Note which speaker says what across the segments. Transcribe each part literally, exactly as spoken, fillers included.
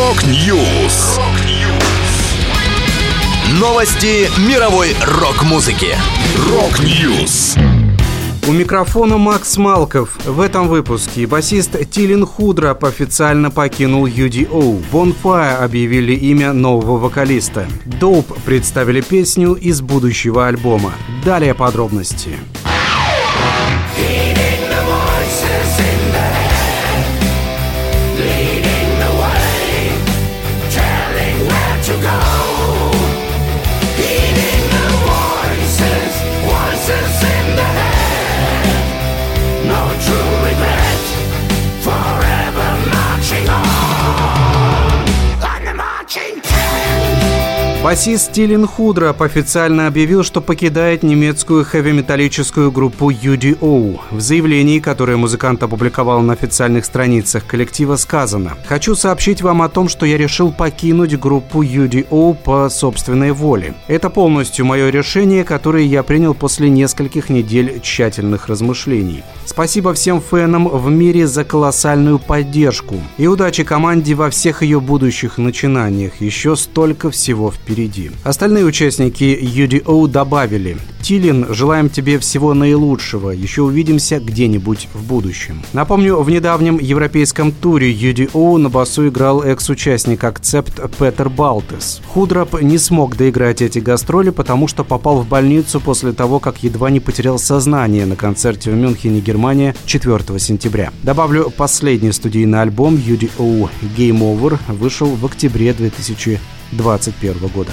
Speaker 1: Рок-Ньюс. Новости мировой рок-музыки. Рок-Ньюс.
Speaker 2: У микрофона Макс Малков. В этом выпуске басист Тилин Худроп официально покинул ю ди о. Bonfire объявили имя нового вокалиста. Dope представили песню из будущего альбома. Далее подробности. Басист Тилин Худроп официально объявил, что покидает немецкую хэви-металлическую группу ю ди о. В заявлении, которое музыкант опубликовал на официальных страницах коллектива, сказано: «Хочу сообщить вам о том, что я решил покинуть группу ю ди о по собственной воле. Это полностью мое решение, которое я принял после нескольких недель тщательных размышлений. Спасибо всем фэнам в мире за колоссальную поддержку. И удачи команде во всех ее будущих начинаниях. Еще столько всего впереди». Остальные участники ю ди о добавили: «Тилин, желаем тебе всего наилучшего. Еще увидимся где-нибудь в будущем». Напомню, в недавнем европейском туре ю ди о на басу играл экс-участник Accept Петер Балтес. Худроп не смог доиграть эти гастроли, потому что попал в больницу после того, как едва не потерял сознание на концерте в Мюнхене, Германия, четвёртого сентября. Добавлю, последний студийный альбом ю ди о Game Over вышел в октябре две тысячи двадцать первого года.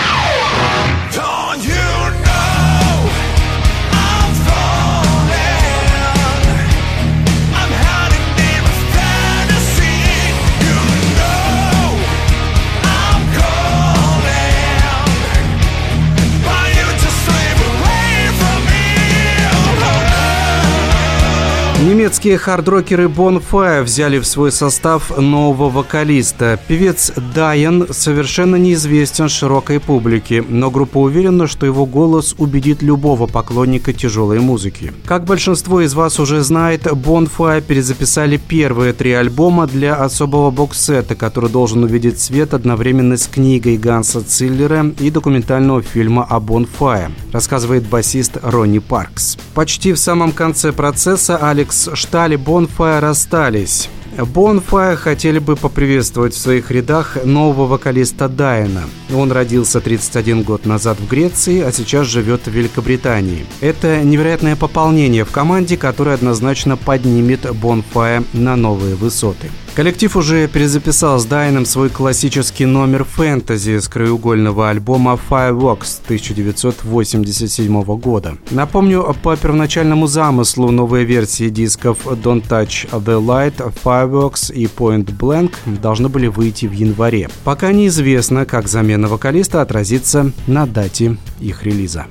Speaker 2: Немецкие хардрокеры Bonfire взяли в свой состав нового вокалиста. Певец Дайан совершенно неизвестен широкой публике, но группа уверена, что его голос убедит любого поклонника тяжелой музыки. Как большинство из вас уже знает, Bonfire перезаписали первые три альбома для особого бокс-сета, который должен увидеть свет одновременно с книгой Ганса Циллера и документального фильма о Bonfire, рассказывает басист Ронни Паркс. Почти в самом конце процесса Алекс Шталь и Bonfire расстались. Bonfire хотели бы поприветствовать в своих рядах нового вокалиста Дайана. Он родился тридцать один год назад в Греции, а сейчас живет в Великобритании. Это невероятное пополнение в команде, которое однозначно поднимет Bonfire на новые высоты. Коллектив уже перезаписал с Дайаном свой классический номер фэнтези с краеугольного альбома Fireworks тысяча девятьсот восемьдесят седьмого года. Напомню, по первоначальному замыслу новые версии дисков Don't Touch the Light, Fireworks и Point Blank должны были выйти в январе. Пока неизвестно, как замена вокалиста отразится на дате их релиза.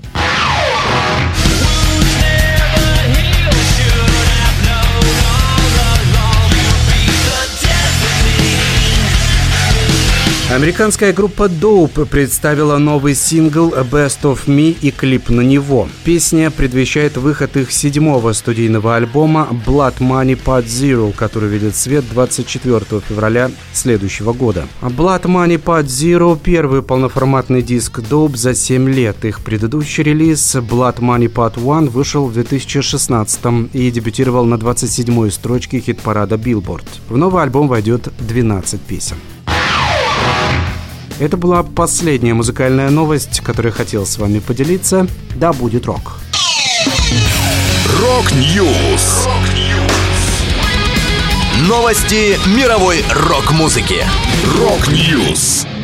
Speaker 2: Американская группа Dope представила новый сингл «Best of Me» и клип на него. Песня предвещает выход их седьмого студийного альбома Blood Money Part Zero, который видит свет двадцать четвёртого февраля следующего года. Blood Money Part Zero – первый полноформатный диск Dope за семь лет. Их предыдущий релиз Blood Money Part One вышел в две тысячи шестнадцатом и дебютировал на двадцать седьмой строчке хит-парада Billboard. В новый альбом войдет двенадцать песен. Это была последняя музыкальная новость, которую я хотел с вами поделиться. Да будет рок!
Speaker 1: Рок-Ньюс. Новости мировой рок-музыки. Рок-Ньюс.